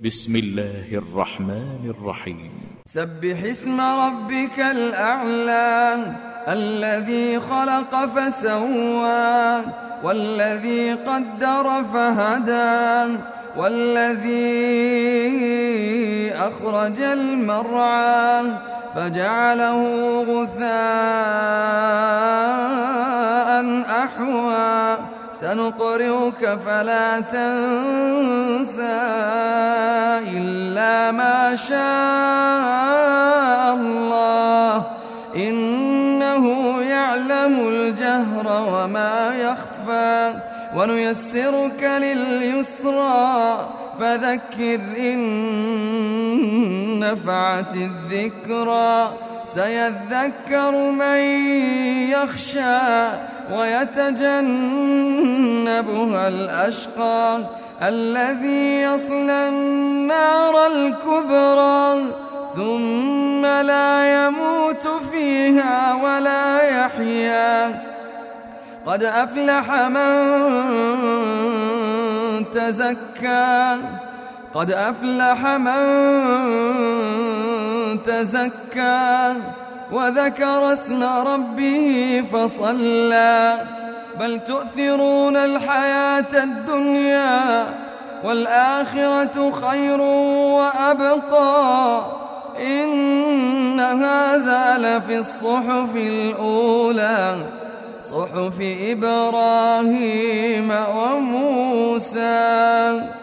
بسم الله الرحمن الرحيم سبح اسم ربك الأعلى الذي خلق فسوى والذي قدر فهدى والذي أخرج المرعى فجعله غثاء أحوى سنقرئك فلا تنسى إلا ما شاء الله إنه يعلم الجهر وما يخفى ونيسرك لليسرى فذكر إن نفعت الذكرى سيذكر من يخشى ويتجنبها الأشقى الذي يصلى النار الكبرى ثم لا يموت فيها ولا يحيا قد أفلح من تزكى وذكر اسم ربه فصلى بل تؤثرون الحياة الدنيا والآخرة خير وأبقى إن هذا لفي الصحف الأولى صحف إبراهيم وموسى.